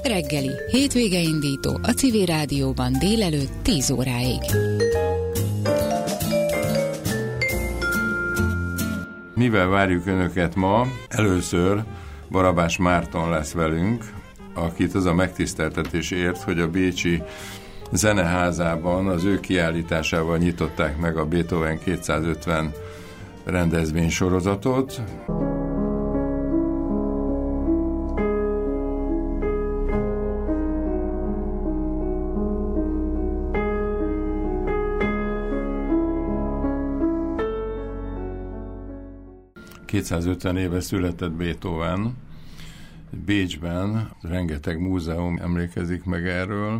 Reggeli, hétvége indító a Civil Rádióban délelőtt 10 óráig. Mivel várjuk Önöket ma? Először Barabás Márton lesz velünk, akit az a megtiszteltetés ért, hogy a bécsi Zeneházában az ő kiállításával nyitották meg a Beethoven 250 rendezvénysorozatot. ...250 éve született Beethoven, Bécsben, rengeteg múzeum emlékezik meg erről,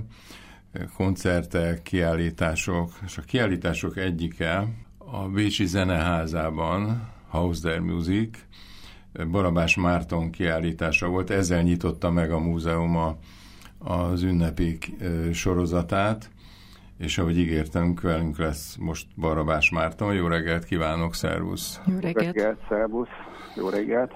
koncertek, kiállítások, és a kiállítások egyike a bécsi Zeneházában, Haus der Musik, Barabás Márton kiállítása volt, ezzel nyitotta meg a múzeum az ünnepi sorozatát, és ahogy ígértünk, velünk lesz most Barabás Márton. Jó reggelt kívánok, szervusz! Jó reggelt, szervusz! Jó reggelt!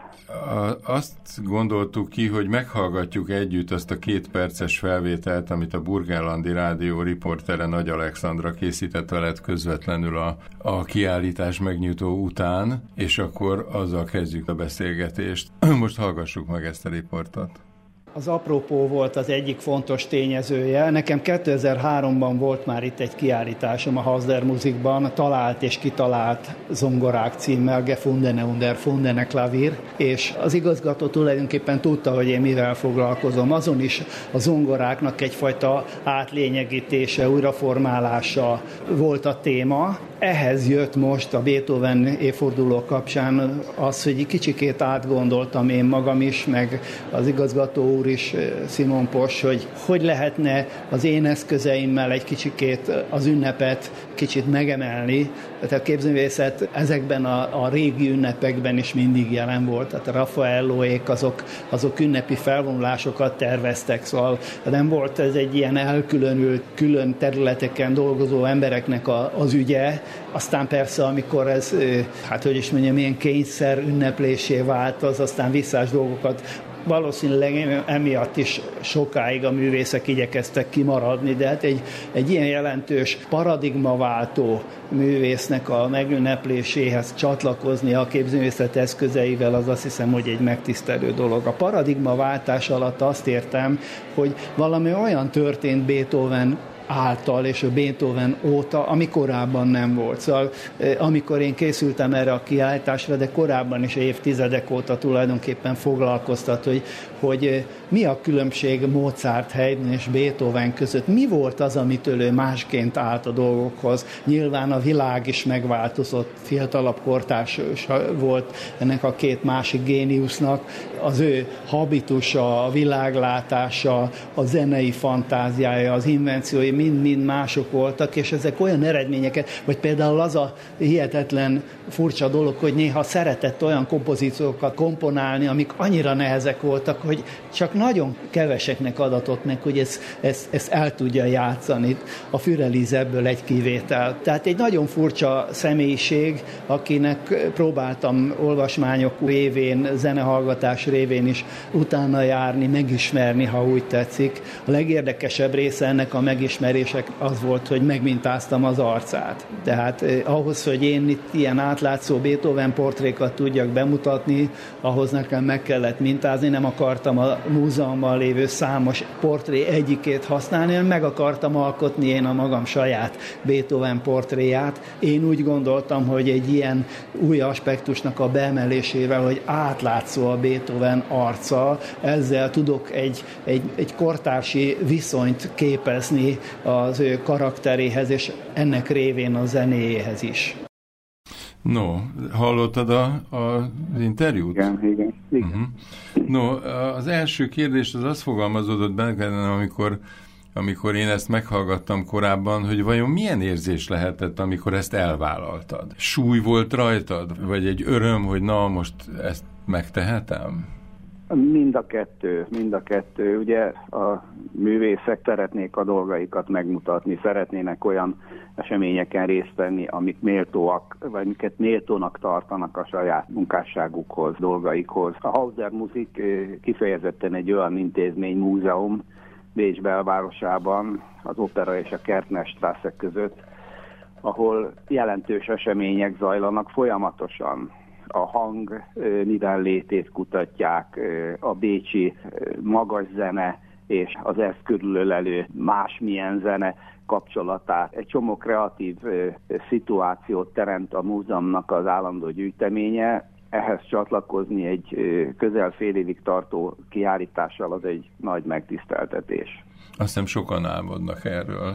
Azt gondoltuk ki, hogy meghallgatjuk együtt azt a 2 perces felvételt, amit a Burgenlandi Rádió riportere Nagy Alexandra készített veled közvetlenül a kiállítás megnyitó után, és akkor azzal kezdjük a beszélgetést. Most hallgassuk meg ezt a riportot. Az apropó volt az egyik fontos tényezője. Nekem 2003-ban volt már itt egy kiállításom a Haus der Musikban, a Talált és kitalált zongorák címmel, Gefundene und erfundene Klavier, és az igazgató tulajdonképpen tudta, hogy én mivel foglalkozom. Azon is a zongoráknak egyfajta átlényegítése, újraformálása volt a téma. Ehhez jött most a Beethoven évforduló kapcsán az, hogy egy kicsikét átgondoltam én magam is, meg az igazgató úr is, Simon Posch, hogy lehetne az én eszközeimmel egy kicsikét az ünnepet kicsit megemelni. Tehát a képzőművészet ezekben a régi ünnepekben is mindig jelen volt. Tehát a Raffaelloék azok ünnepi felvonulásokat terveztek, szóval nem volt ez egy ilyen elkülönült, külön területeken dolgozó embereknek az ügye. Aztán persze, amikor ez, milyen kényszer ünneplésé vált, az aztán visszás dolgokat valószínűleg emiatt is sokáig a művészek igyekeztek kimaradni, de hát egy ilyen jelentős paradigmaváltó művésznek a megünnepléséhez csatlakozni a képzőművészet eszközeivel, az azt hiszem, hogy egy megtisztelő dolog. A paradigmaváltás alatt azt értem, hogy valami olyan történt Beethoven által és a Beethoven óta, ami korábban nem volt. Szóval amikor én készültem erre a kiállításra, de korábban is évtizedek óta tulajdonképpen foglalkoztat, hogy mi a különbség Mozart, Haydn és Beethoven között. Mi volt az, amitől ő másként állt a dolgokhoz? Nyilván a világ is megváltozott, fiatalabb kortárs volt ennek a 2 másik géniusznak. Az ő habitusa, a világlátása, a zenei fantáziája, az invenciói mind mások voltak, és ezek olyan eredményeket, vagy például az a hihetetlen furcsa dolog, hogy néha szeretett olyan kompozíciókat komponálni, amik annyira nehezek voltak, hogy csak nagyon keveseknek adatott meg, hogy ezt el tudja játszani. A Fürelíz ebből egy kivétel. Tehát egy nagyon furcsa személyiség, akinek próbáltam olvasmányok révén, zenehallgatás révén is utána járni, megismerni, ha úgy tetszik. A legérdekesebb része ennek a megismerések az volt, hogy megmintáztam az arcát. Tehát ahhoz, hogy én itt ilyen átlátszó Beethoven portrékat tudjak bemutatni, ahhoz nekem meg kellett mintázni, nem akartam a múzeumban lévő számos portré egyikét használni, hanem meg akartam alkotni én a magam saját Beethoven portréját. Én úgy gondoltam, hogy egy ilyen új aspektusnak a beemelésével, hogy átlátszó a Beethoven arca, ezzel tudok egy kortársi viszonyt képezni az ő karakteréhez, és ennek révén a zenéjéhez is. No, hallottad az interjút? Igen. Uh-huh. No, az első kérdés az fogalmazódott bennem, amikor én ezt meghallgattam korábban, hogy vajon milyen érzés lehetett, amikor ezt elvállaltad? Súly volt rajtad? Vagy egy öröm, hogy na, most ezt megtehetem? Mind a kettő. Ugye a művészek szeretnék a dolgaikat megmutatni, szeretnének olyan eseményeken részt venni, amik méltóak, vagy amiket méltónak tartanak a saját munkásságukhoz, dolgaikhoz. A Hauser Musik kifejezetten egy olyan intézmény, múzeum Bécs belvárosában, az Opera és a Kärtnerstraße között, ahol jelentős események zajlanak folyamatosan. A hang nivellétét kutatják, a bécsi magas zene és az ezt körülölelő másmilyen zene kapcsolatát. Egy csomó kreatív szituációt teremt a múzeumnak az állandó gyűjteménye. Ehhez csatlakozni egy közel fél évig tartó kiállítással az egy nagy megtiszteltetés. Azt hiszem sokan álmodnak erről,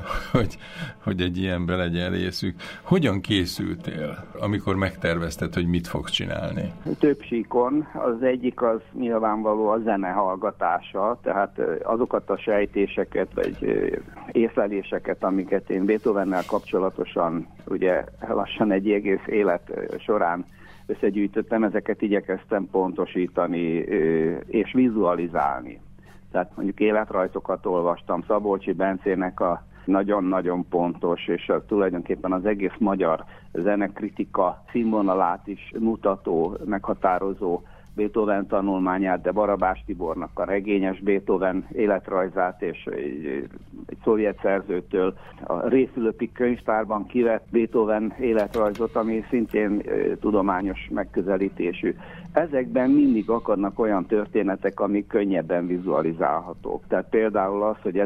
hogy egy ilyenben legyen részük. Hogyan készültél, amikor megtervezted, hogy mit fogsz csinálni? Több síkon. Az egyik az nyilvánvaló a zene hallgatása, tehát azokat a sejtéseket, vagy észleléseket, amiket én Beethovennel kapcsolatosan ugye lassan egy egész élet során összegyűjtöttem, ezeket igyekeztem pontosítani és vizualizálni. Tehát mondjuk életrajzokat olvastam, Szabolcsi Bencének a nagyon-nagyon pontos, és tulajdonképpen az egész magyar zenekritika színvonalát is mutató, meghatározó Beethoven tanulmányát, de Barabás Tibornak a regényes Beethoven életrajzát, és egy szovjet szerzőtől a Réfülöpi könyvtárban kivett Beethoven életrajzot, ami szintén tudományos megközelítésű. Ezekben mindig akadnak olyan történetek, amik könnyebben vizualizálhatók. Tehát például az, hogy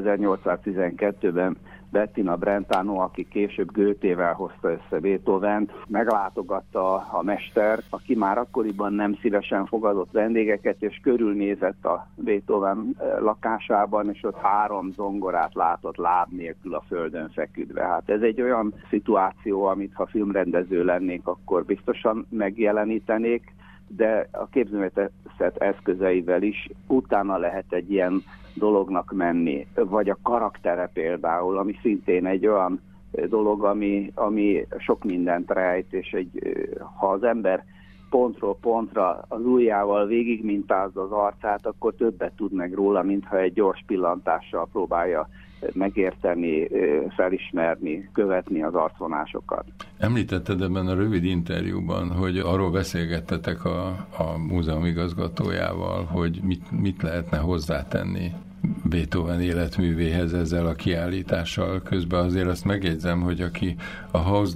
1812-ben Bettina Brentano, aki később Goethével hozta össze Beethovent, meglátogatta a mester, aki már akkoriban nem szívesen fogadott vendégeket, és körülnézett a Beethoven lakásában, és ott 3 zongorát látott láb nélkül a földön feküdve. Hát ez egy olyan szituáció, amit ha filmrendező lennék, akkor biztosan megjelenítenék, de a képzőművészet eszközeivel is utána lehet egy ilyen dolognak menni, vagy a karaktere például, ami szintén egy olyan dolog, ami sok mindent rejt, és ha az ember pontról pontra az ujjával végigmintázza az arcát, akkor többet tud meg róla, mintha egy gyors pillantással próbálja megérteni, felismerni, követni az arcvonásokat. Említetted ebben a rövid interjúban, hogy arról beszélgettetek a múzeum igazgatójával, hogy mit lehetne hozzátenni Beethoven életművéhez ezzel a kiállítással. Közben azért azt megjegyzem, hogy aki a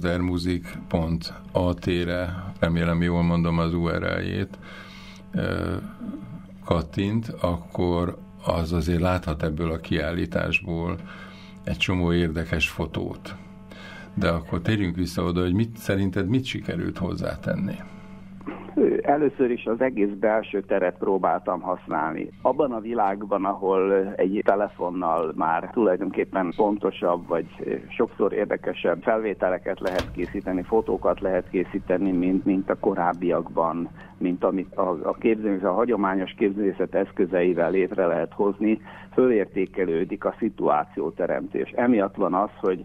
hausdermusik.at-re, remélem jól mondom az URL-jét, kattint, akkor az azért láthat ebből a kiállításból egy csomó érdekes fotót. De akkor térjünk vissza oda, hogy szerinted mit sikerült hozzátenni? Először is az egész belső teret próbáltam használni. Abban a világban, ahol egy telefonnal már tulajdonképpen pontosabb, vagy sokszor érdekesebb felvételeket lehet készíteni, fotókat lehet készíteni, mint a korábbiakban, mint amit a hagyományos képzőművészet eszközeivel létre lehet hozni, fölértékelődik a szituációteremtés. Emiatt van az, hogy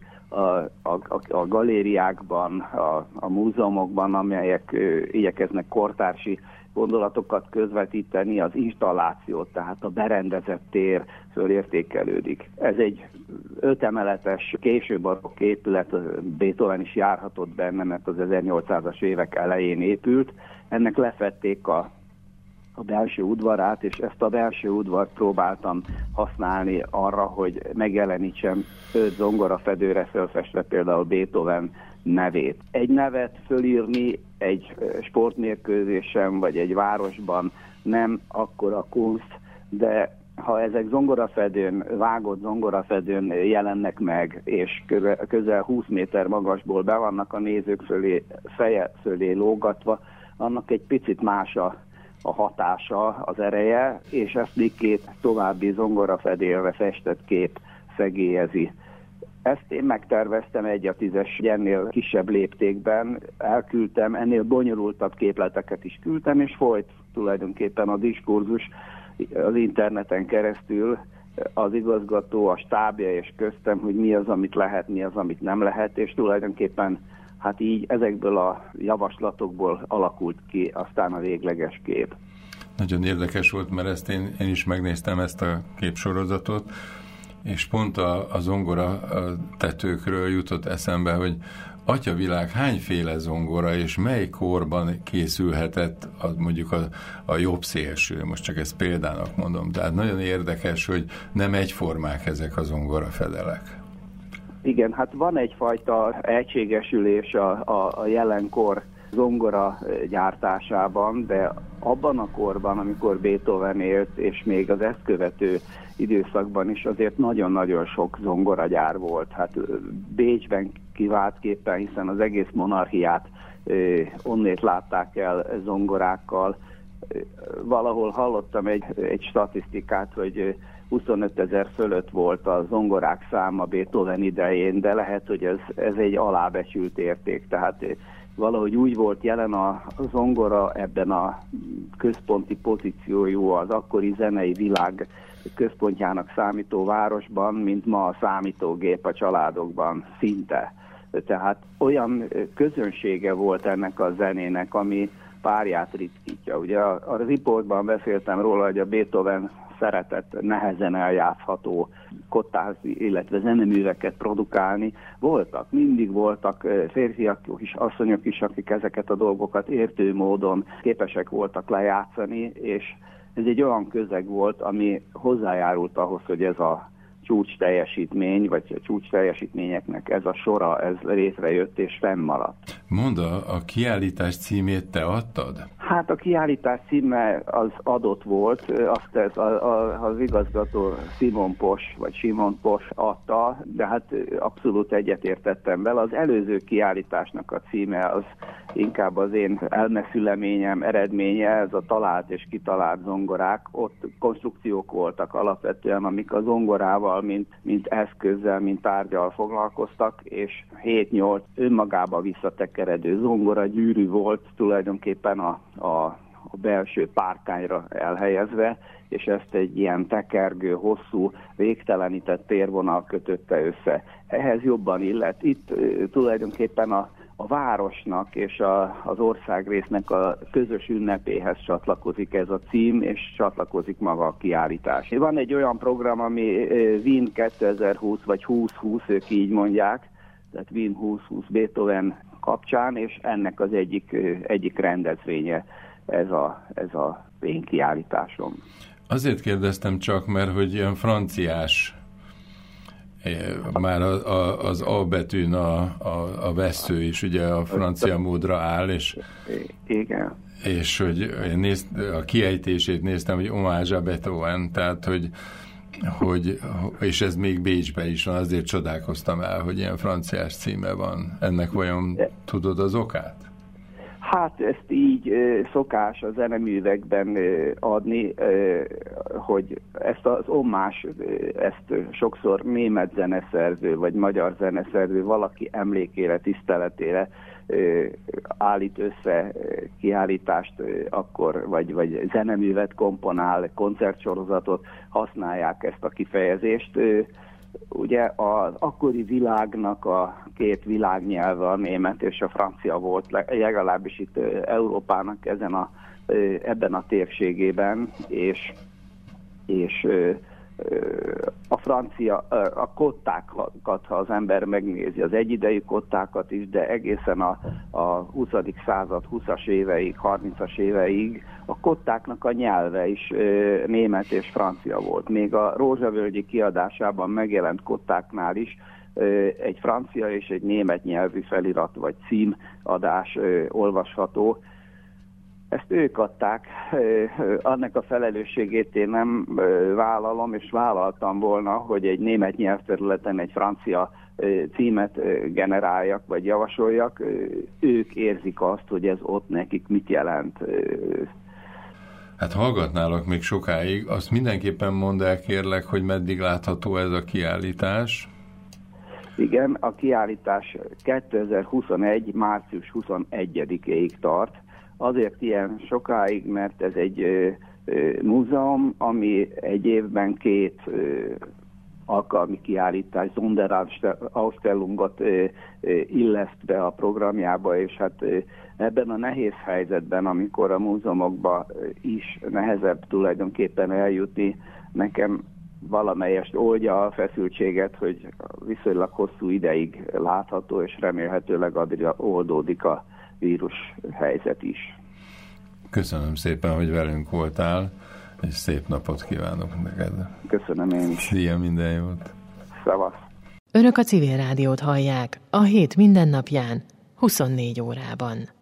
a galériákban, a múzeumokban, amelyek igyekeznek kortársi gondolatokat közvetíteni, az installációt, tehát a berendezett tér fölértékelődik. Ez egy 5 emeletes, később barokk épület, Beethoven is járhatott benne, mert az 1800-as évek elején épült. Ennek lefették a belső udvarát, és ezt a belső udvart próbáltam használni arra, hogy megjelenítsem 5 zongorafedőre fölfestve például Beethoven nevét. Egy nevet fölírni egy sportmérkőzésen vagy egy városban nem akkora kunst, de ha ezek zongorafedőn, vágott zongorafedőn jelennek meg, és közel 20 méter magasból be vannak a nézők feje fölé lógatva, annak egy picit más a hatása, az ereje, és ezt még 2 további zongorafedélre festett kép szegélyezi. Ezt én megterveztem 1/10, ennél kisebb léptékben, elküldtem, ennél bonyolultabb képleteket is küldtem, és folyt tulajdonképpen a diskurzus az interneten keresztül, az igazgató, a stábja és köztem, hogy mi az, amit lehet, mi az, amit nem lehet, és tulajdonképpen hát így ezekből a javaslatokból alakult ki aztán a végleges kép. nagyon érdekes volt, mert ezt én is megnéztem, ezt a képsorozatot, és pont a zongora tetőkről jutott eszembe, hogy atyavilág, hányféle zongora, és mely korban készülhetett mondjuk a jobb szélső, most csak ezt példának mondom. Tehát nagyon érdekes, hogy nem egyformák ezek a zongorafedelek. Igen, hát van egyfajta egységesülés a jelenkor zongora gyártásában, de abban a korban, amikor Beethoven élt, és még az ezt követő időszakban is azért nagyon-nagyon sok zongoragyár volt. Hát Bécsben kiváltképpen, hiszen az egész monarchiát onnét látták el zongorákkal. Valahol hallottam egy statisztikát, hogy 25 000 fölött volt a zongorák száma Beethoven idején, de lehet, hogy ez egy alábecsült érték. Tehát valahogy úgy volt jelen a zongora ebben a központi pozíciójú, az akkori zenei világ központjának számító városban, mint ma a számítógép a családokban szinte. Tehát olyan közönsége volt ennek a zenének, ami párját ritkítja. Ugye a riportban beszéltem róla, hogy a Beethoven szeretett nehezen eljátszható kottázni, illetve zeneműveket produkálni. Mindig voltak férfiak is, asszonyok is, akik ezeket a dolgokat értő módon képesek voltak lejátszani, és ez egy olyan közeg volt, ami hozzájárult ahhoz, hogy ez a csúcs teljesítmény, vagy a csúcs teljesítményeknek ez a sora, ez létrejött és fennmaradt. Mondd, a kiállítás címét te adtad? Hát a kiállítás címe az adott volt, azt az igazgató Simon Posch adta, de hát abszolút egyetértettem vele. Az előző kiállításnak a címe az inkább az én elmeszüleményem eredménye, ez a talált és kitalált zongorák. Ott konstrukciók voltak alapvetően, amik a zongorával, mint eszközzel, mint tárgyal foglalkoztak, és 7-8 önmagába visszatekeredő zongora gyűrű volt tulajdonképpen a belső párkányra elhelyezve, és ezt egy ilyen tekergő, hosszú, végtelenített térvonal kötötte össze. Ehhez jobban illett. Itt tulajdonképpen a városnak és az országrésznek a közös ünnepéhez csatlakozik ez a cím, és csatlakozik maga a kiállítás. Van egy olyan program, ami Wien 2020, vagy 2020, ők így mondják, tehát Wien 2020 Beethoven kapcsán, és ennek az egyik rendezvénye ez a én kiállításom. Azért kérdeztem csak, mert hogy ilyen franciás, már az A betűn a vessző is ugye a francia módra áll, és igen. És hogy a kiejtését néztem, hogy hommage à Beethoven, tehát hogy és ez még Bécsben is van, azért csodálkoztam el, hogy ilyen franciás címe van. Ennek vajon tudod az okát? Hát ezt így szokás a zeneművekben adni, hogy ezt az hommás, ezt sokszor német zeneszerző, vagy magyar zeneszerző valaki emlékére, tiszteletére állít össze kiállítást, akkor, vagy zeneművet komponál, koncertsorozatot, használják ezt a kifejezést. Ugye az akkori világnak a két világnyelve, a német és a francia volt, legalábbis itt Európának ebben a térségében, és a francia, a kottákat, ha az ember megnézi, az egyidejű kottákat is, de egészen a 20. század 20-as éveig, 30-as éveig a kottáknak a nyelve is német és francia volt. Még a Rózsavölgyi kiadásában megjelent kottáknál is egy francia és egy német nyelvű felirat vagy címadás olvasható. Ezt ők adták, annak a felelősségét én nem vállalom, és vállaltam volna, hogy egy német nyelvterületen egy francia címet generáljak, vagy javasoljak. Ők érzik azt, hogy ez ott nekik mit jelent. Hát hallgatnálak még sokáig. Azt mindenképpen mondd el, kérlek, hogy meddig látható ez a kiállítás. Igen, a kiállítás 2021. március 21-ig tart. Azért ilyen sokáig, mert ez egy múzeum, ami egy évben 2 alkalmi kiállítás, Sonderausstellungot illeszt be a programjába, és hát ebben a nehéz helyzetben, amikor a múzeumokba is nehezebb tulajdonképpen eljutni, nekem valamelyest oldja a feszültséget, hogy viszonylag hosszú ideig látható, és remélhetőleg addigra oldódik a vírus helyzet is. Köszönöm szépen, hogy velünk voltál, és szép napot kívánok neked. Köszönöm én is. Szia, minden jót. Szavasz. Önök a Civil Rádiót hallják a hét minden napján, 24 órában.